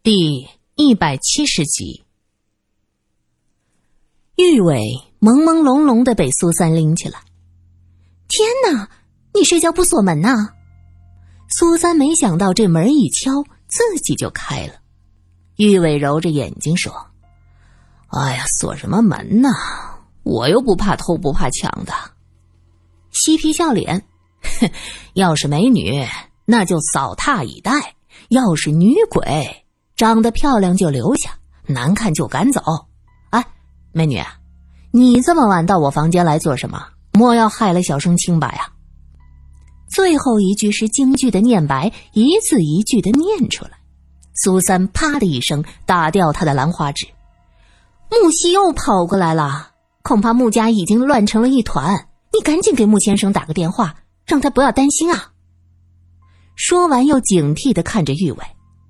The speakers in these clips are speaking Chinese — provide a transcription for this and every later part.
第170集。玉伟朦朦胧胧地被苏三拎起来。天哪，你睡觉不锁门呐？苏三没想到这门一敲，自己就开了。玉伟揉着眼睛说：哎呀，锁什么门呢？我又不怕偷不怕抢的。嬉皮笑脸，要是美女，那就扫榻以待；要是女鬼，长得漂亮就留下，难看就赶走。哎，美女，你这么晚到我房间来做什么？莫要害了小生清白啊！最后一句是京剧的念白，一字一句的念出来。苏三啪的一声打掉他的兰花指。木西又跑过来了，恐怕木家已经乱成了一团，你赶紧给木先生打个电话，让他不要担心啊！说完又警惕地看着玉伟。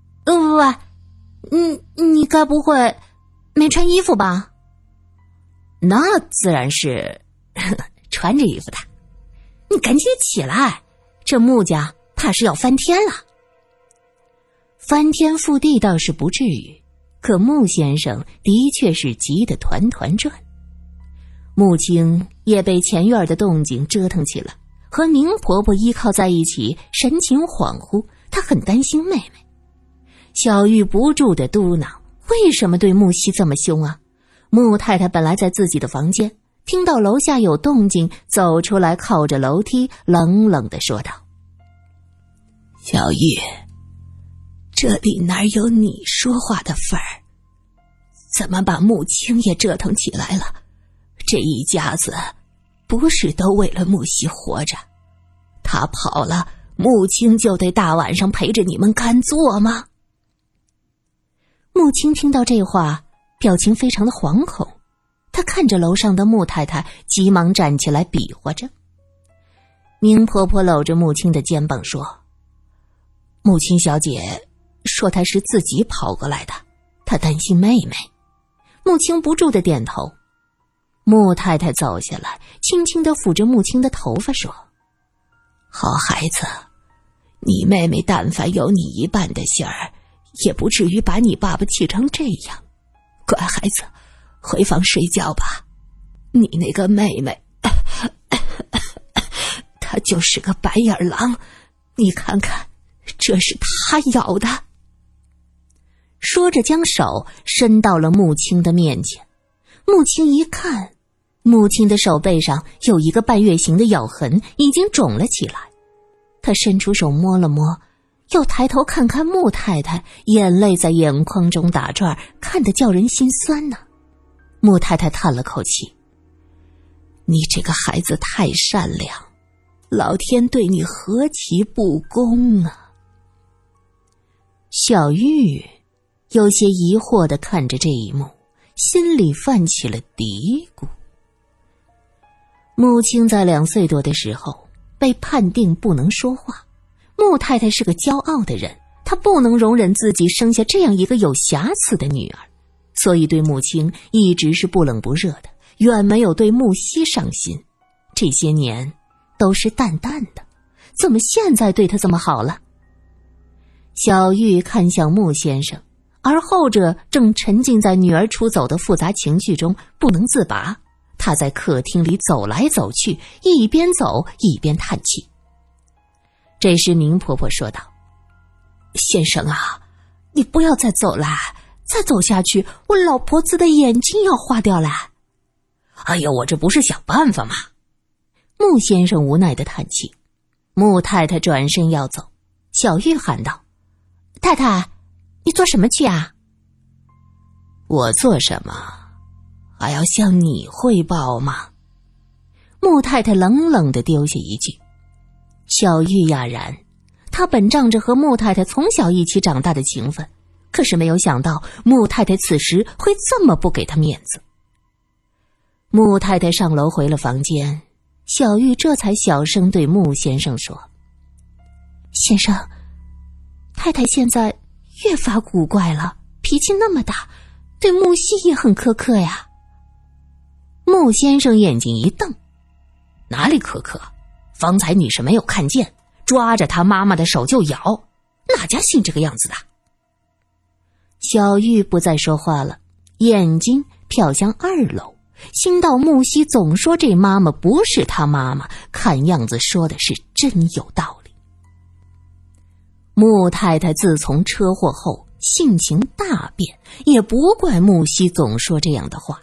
你该不会没穿衣服吧？那自然是穿着衣服的。你赶紧起来，这木家怕是要翻天了。翻天覆地倒是不至于，可穆先生的确是急得团团转。穆青也被前院的动静折腾起来，和宁婆婆依靠在一起，神情恍惚，她很担心妹妹。小玉不住地嘟囔，为什么对木西这么凶啊？穆太太本来在自己的房间，听到楼下有动静，走出来靠着楼梯，冷冷地说道：小玉，这里哪有你说话的份儿？怎么把穆青也折腾起来了？这一家子不是都为了木西活着？他跑了，穆青就得大晚上陪着你们干坐吗？穆青听到这话，表情非常的惶恐，他看着楼上的穆太太，急忙站起来比划着。宁婆婆搂着穆青的肩膀说：穆青小姐说她是自己跑过来的，她担心妹妹。穆青不住地点头。穆太太走下来，轻轻地抚着穆青的头发说：好孩子，你妹妹但凡有你一半的心儿，也不至于把你爸爸气成这样。乖孩子，回房睡觉吧。你那个妹妹她就是个白眼狼，你看看，这是她咬的。说着将手伸到了穆青的面前。穆青一看，穆青的手背上有一个半月形的咬痕，已经肿了起来。他伸出手摸了摸，又抬头看看穆太太，眼泪在眼眶中打转，看得叫人心酸呢。穆太太叹了口气：你这个孩子太善良，老天对你何其不公啊！小玉有些疑惑地看着这一幕，心里泛起了嘀咕。穆青在2岁多的时候被判定不能说话，穆太太是个骄傲的人，她不能容忍自己生下这样一个有瑕疵的女儿，所以对穆青一直是不冷不热的，远没有对穆西上心。这些年都是淡淡的，怎么现在对她这么好了？小玉看向穆先生，而后者正沉浸在女儿出走的复杂情绪中不能自拔。他在客厅里走来走去，一边走一边叹气。这时宁婆婆说道：先生啊，你不要再走了，再走下去我老婆子的眼睛要花掉了。哎呀，我这不是想办法吗？穆先生无奈地叹气。穆太太转身要走，小玉喊道：太太，你做什么去啊？我做什么？还要向你汇报吗？穆太太冷冷地丢下一句。小玉哑然，她本仗着和穆太太从小一起长大的情分，可是没有想到穆太太此时会这么不给她面子。穆太太上楼回了房间，小玉这才小声对穆先生说：先生，太太现在越发古怪了，脾气那么大，对穆西也很苛刻呀。穆先生眼睛一瞪：哪里苛刻？方才你是没有看见，抓着他妈妈的手就咬，哪家信这个样子的？ 小玉不再说话了，眼睛瞟向2楼，心道木西总说这妈妈不是他妈妈，看样子说的是真有道理。穆太太自从车祸后性情大变，也不怪木西总说这样的话。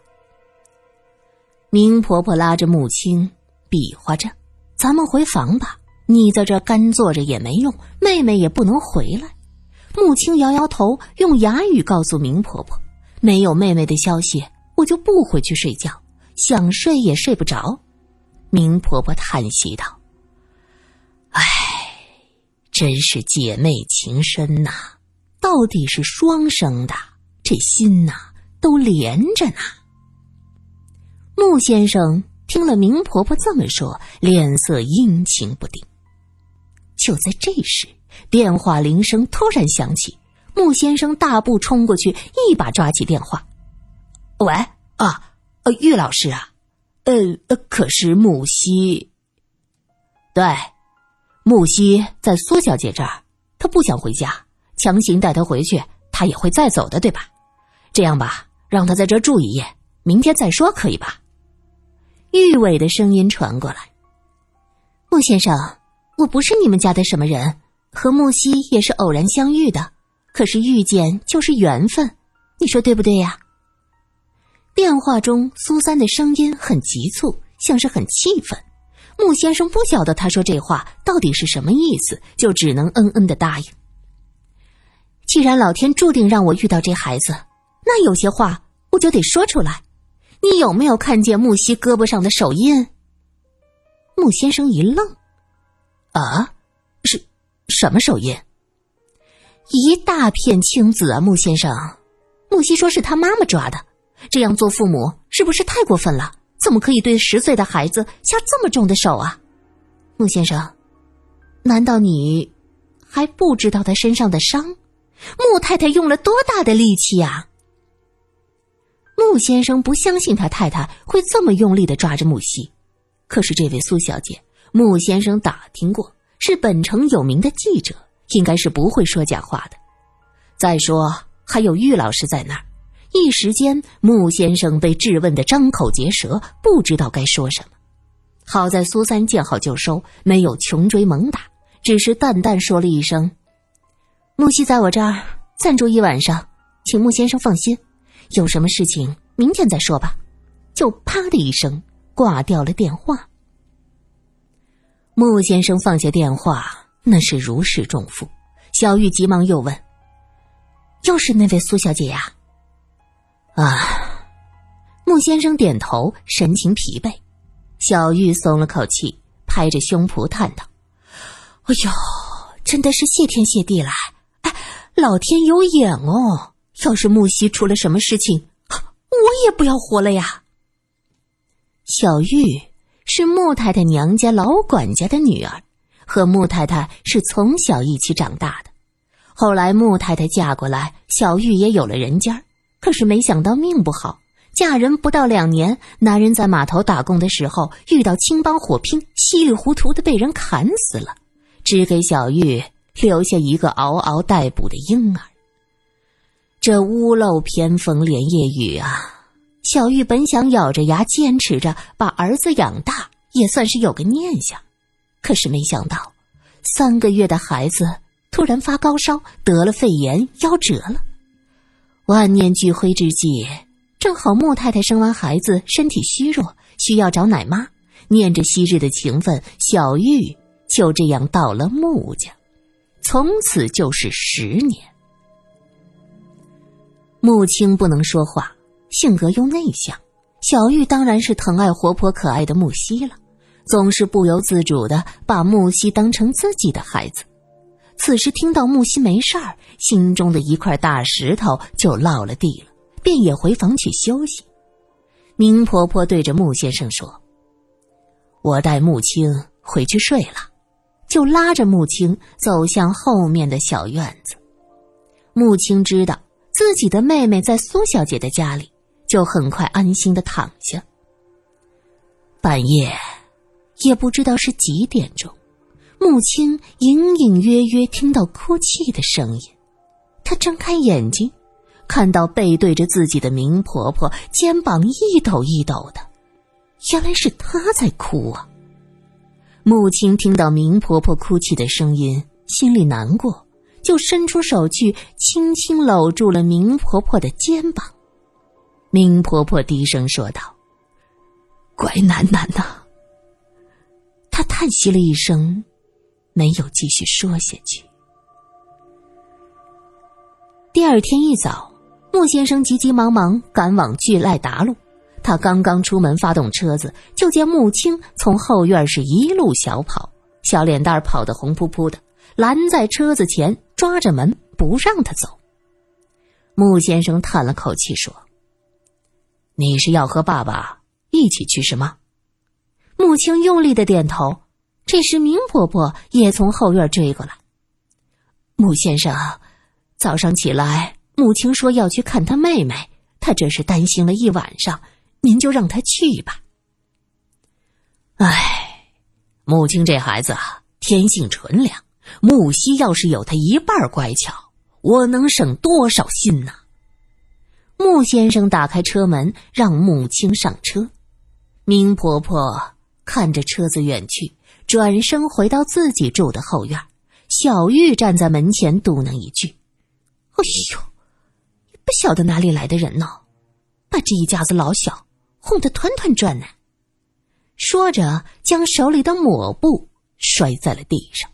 明婆婆拉着木青比划着，咱们回房吧，你在这干坐着也没用，妹妹也不能回来。木青摇摇头，用哑语告诉明婆婆，没有妹妹的消息，我就不回去睡觉，想睡也睡不着。明婆婆叹息道，唉，真是姐妹情深呐，到底是双生的，这心呐都连着呢。穆先生听了明婆婆这么说，脸色阴晴不定。就在这时，电话铃声突然响起，穆先生大步冲过去，一把抓起电话。喂，玉老师啊，可是木西。对，木西在苏小姐这儿，她不想回家，强行带她回去，她也会再走的，对吧？这样吧，让她在这儿住一夜，明天再说，可以吧？玉伟的声音传过来。穆先生，我不是你们家的什么人，和木西也是偶然相遇的，可是遇见就是缘分，你说对不对呀？电话中苏三的声音很急促，像是很气愤。穆先生不晓得他说这话到底是什么意思，就只能地答应。既然老天注定让我遇到这孩子，那有些话我就得说出来。你有没有看见木西胳膊上的手印？穆先生一愣，是什么手印？一大片青紫啊，穆先生。木西说是他妈妈抓的，这样做父母是不是太过分了？怎么可以对10岁的孩子下这么重的手啊？穆先生，难道你还不知道他身上的伤？穆太太用了多大的力气啊？穆先生不相信他太太会这么用力地抓着木西，可是这位苏小姐，穆先生打听过，是本城有名的记者，应该是不会说假话的。再说还有玉老师在那儿，一时间穆先生被质问得张口结舌，不知道该说什么。好在苏三见好就收，没有穷追猛打，只是淡淡说了一声，木西在我这儿暂住一晚上，请穆先生放心，有什么事情明天再说吧，就啪的一声挂掉了电话。穆先生放下电话，那是如释重负。小玉急忙又问，又是那位苏小姐呀？穆先生点头，神情疲惫。小玉松了口气，拍着胸脯叹道，哎呦，真的是谢天谢地了，老天有眼哦，要是木西出了什么事情，我也不要活了呀。小玉是穆太太娘家老管家的女儿，和穆太太是从小一起长大的。后来穆太太嫁过来，小玉也有了人家，可是没想到命不好，嫁人不到2年，男人在码头打工的时候遇到青帮火拼，稀里糊涂的被人砍死了，只给小玉留下一个嗷嗷待哺的婴儿。这屋漏偏逢连夜雨啊，小玉本想咬着牙坚持着把儿子养大，也算是有个念想，可是没想到3个月的孩子突然发高烧，得了肺炎，夭折了。万念俱灰之际，正好穆太太生完孩子身体虚弱，需要找奶妈，念着昔日的情分，小玉就这样到了穆家，从此就是10年。穆青不能说话，性格又内向，小玉当然是疼爱活泼可爱的木西了，总是不由自主地把木西当成自己的孩子。此时听到木西没事儿，心中的一块大石头就落了地了，便也回房去休息。明婆婆对着穆先生说，我带木青回去睡了，就拉着木青走向后面的小院子。木青知道自己的妹妹在苏小姐的家里，就很快安心地躺下。半夜也不知道是几点钟，木青隐隐约约听到哭泣的声音，她睁开眼睛， 看到背对着自己的明婆婆肩膀一抖一抖的，原来是她在哭啊。母亲听到明婆婆哭泣的声音，心里难过，就伸出手去轻轻搂住了明婆婆的肩膀。明婆婆低声说道：乖楠楠呐。她叹息了一声，没有继续说下去。第二天一早，穆先生急急忙忙赶往巨赖达路。他刚刚出门发动车子，就见穆青从后院是一路小跑，小脸蛋跑得红扑扑的，拦在车子前，抓着门不让他走。穆先生叹了口气说：你是要和爸爸一起去是吗？穆青用力的点头。这时明婆婆也从后院追过来。穆先生，早上起来穆青说要去看她妹妹，她这是担心了一晚上，您就让她去吧。唉，穆青这孩子天性纯良，穆熙要是有她一半乖巧，我能省多少心呢？穆先生打开车门让穆青上车。明婆婆看着车子远去，转身回到自己住的后院。小玉站在门前嘟囔一句：哎呦，不晓得哪里来的人呢，把这一家子老小哄得团团转呢。说着将手里的抹布摔在了地上。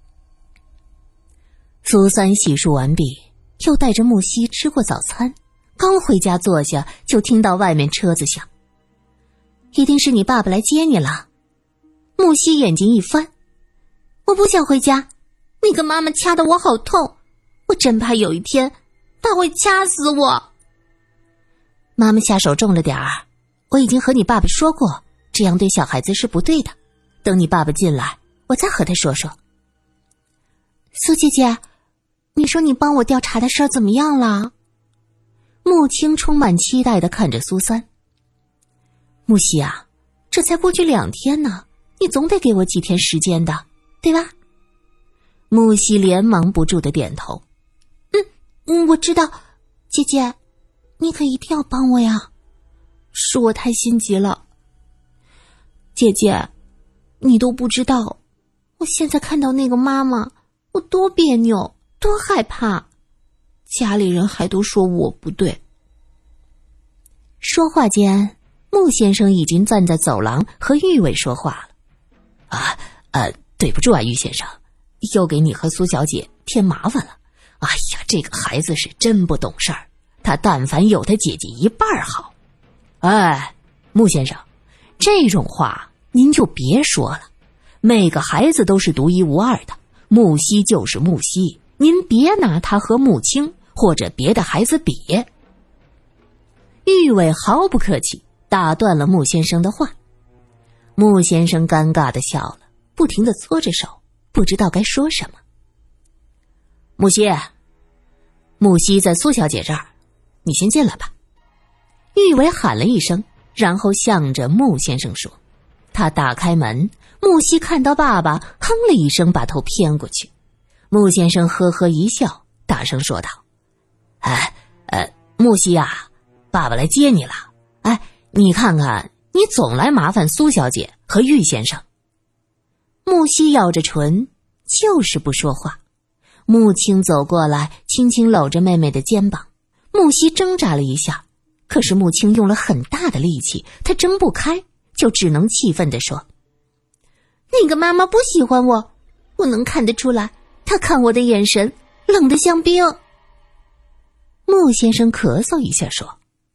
苏三洗漱完毕，又带着木西吃过早餐，刚回家坐下，就听到外面车子响。一定是你爸爸来接你了。木西眼睛一翻，我不想回家，你跟妈妈掐得我好痛，我真怕有一天他会掐死我。妈妈下手重了点儿，我已经和你爸爸说过，这样对小孩子是不对的，等你爸爸进来我再和他说说。苏姐姐，你说你帮我调查的事儿怎么样了？穆青充满期待地看着苏三。木西啊，这才过去2天呢，你总得给我几天时间的，对吧？木西连忙不住地点头。我知道，姐姐，你可一定要帮我呀，是我太心急了。姐姐，你都不知道，我现在看到那个妈妈，我多别扭，多害怕，家里人还都说我不对。说话间，穆先生已经站在走廊和玉伟说话了。对不住啊，玉先生，又给你和苏小姐添麻烦了。哎呀，这个孩子是真不懂事儿，他但凡有他姐姐一半好。穆先生，这种话您就别说了，每个孩子都是独一无二的，木西就是木西，您别拿他和穆青或者别的孩子比。玉伟毫不客气打断了穆先生的话。穆先生尴尬地笑了，不停地搓着手，不知道该说什么。木西在苏小姐这儿，你先进来吧。玉伟喊了一声，然后向着穆先生说。他打开门，木西看到爸爸，哼了一声，把头偏过去。穆先生呵呵一笑，大声说道：木西啊，爸爸来接你了。你看看，你总来麻烦苏小姐和玉先生。木西咬着唇，就是不说话。穆青走过来，轻轻搂着妹妹的肩膀。木西挣扎了一下，可是穆青用了很大的力气，她挣不开，就只能气愤地说：那个妈妈不喜欢我，我能看得出来，她看我的眼神冷得像冰。穆先生咳嗽一下说：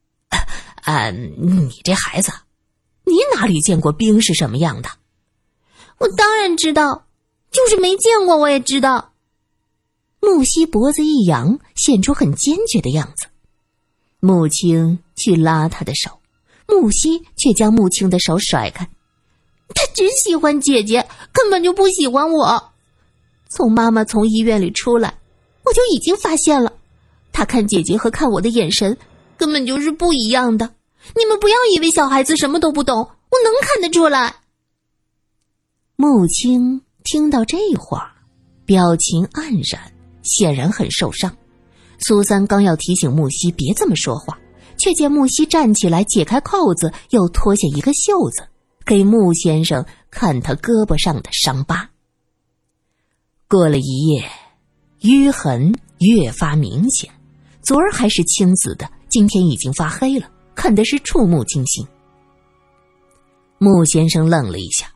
你这孩子，你哪里见过冰是什么样的？我当然知道，就是没见过我也知道。木西脖子一扬，显出很坚决的样子。穆青去拉他的手，木西却将穆青的手甩开。他只喜欢姐姐，根本就不喜欢我。从妈妈从医院里出来，我就已经发现了，他看姐姐和看我的眼神根本就是不一样的。你们不要以为小孩子什么都不懂，我能看得出来。穆青听到这话，表情黯然，显然很受伤。 苏三刚要提醒木西别这么说话，却见木西站起来解开扣子，又脱下一个袖子给穆先生看他胳膊上的伤疤。过了一夜，淤痕越发明显，昨儿还是青紫的，今天已经发黑了，看的是触目惊心。穆先生愣了一下，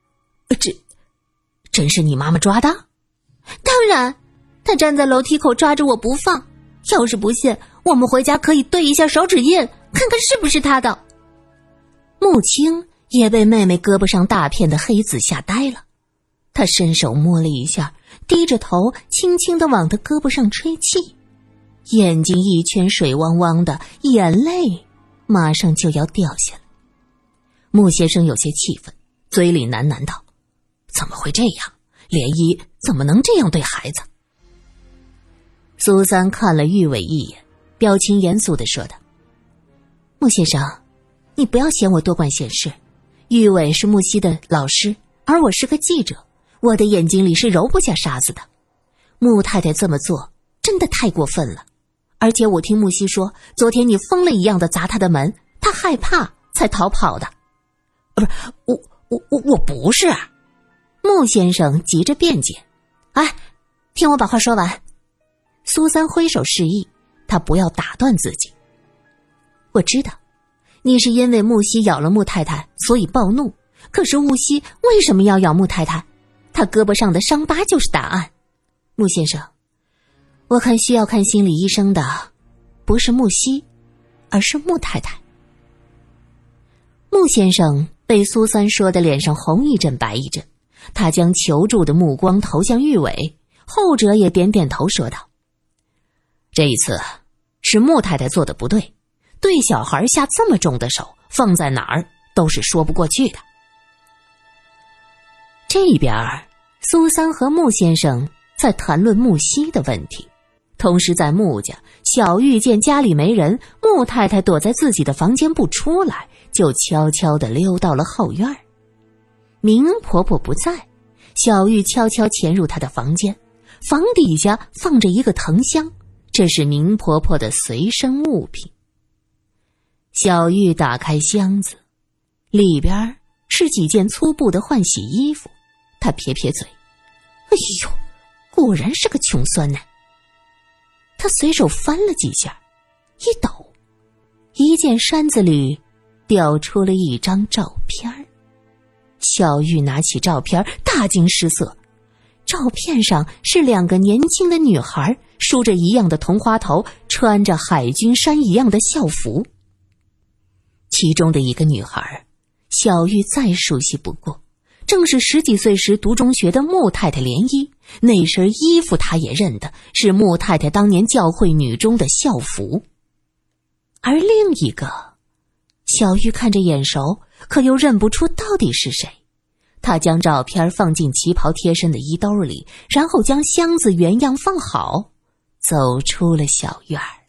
真是你妈妈抓的？ 当然，她站在楼梯口抓着我不放，要是不信，我们回家可以对一下手指印，看看是不是她的。 穆青也被妹妹胳膊上大片的黑紫吓呆了，他伸手摸了一下，低着头轻轻地往他胳膊上吹气，眼睛一圈水汪汪的，眼泪马上就要掉下来。穆先生有些气愤，嘴里喃喃道：怎么会这样？莲姨怎么能这样对孩子？苏三看了玉伟一眼，表情严肃地说道：穆先生，你不要嫌我多管闲事，玉伟是木西的老师，而我是个记者，我的眼睛里是揉不下沙子的。穆太太这么做真的太过分了，而且我听木西说，昨天你疯了一样的砸他的门，他害怕才逃跑的。不是，我不是。穆先生急着辩解。哎，听我把话说完。苏三挥手示意他不要打断自己。我知道你是因为木西咬了穆太太所以暴怒，可是木西为什么要咬穆太太？他胳膊上的伤疤就是答案。穆先生，我看需要看心理医生的不是木西，而是穆太太。穆先生被苏三说的脸上红一阵白一阵，他将求助的目光投向玉伟，后者也点点头说道：这一次是穆太太做的不对，对小孩下这么重的手，放在哪儿都是说不过去的。这边苏三和穆先生在谈论木西的问题，同时在穆家，小玉见家里没人，穆太太躲在自己的房间不出来，就悄悄地溜到了后院。明婆婆不在，小玉悄悄潜入她的房间，房底下放着一个藤箱，这是明婆婆的随身物品。小玉打开箱子，里边是几件粗布的换洗衣服，她撇撇嘴，哎呦，果然是个穷酸呢。她随手翻了几下，一抖，一件衫子里掉出了一张照片。小玉拿起照片，大惊失色。照片上是两个年轻的女孩，梳着一样的同花头，穿着海军衫一样的校服。其中的一个女孩，小玉再熟悉不过，正是10几岁时读中学的穆太太莲衣，那身衣服她也认得，是穆太太当年教会女中的校服。而另一个，小玉看着眼熟，可又认不出到底是谁。她将照片放进旗袍贴身的衣兜里，然后将箱子原样放好，走出了小院儿。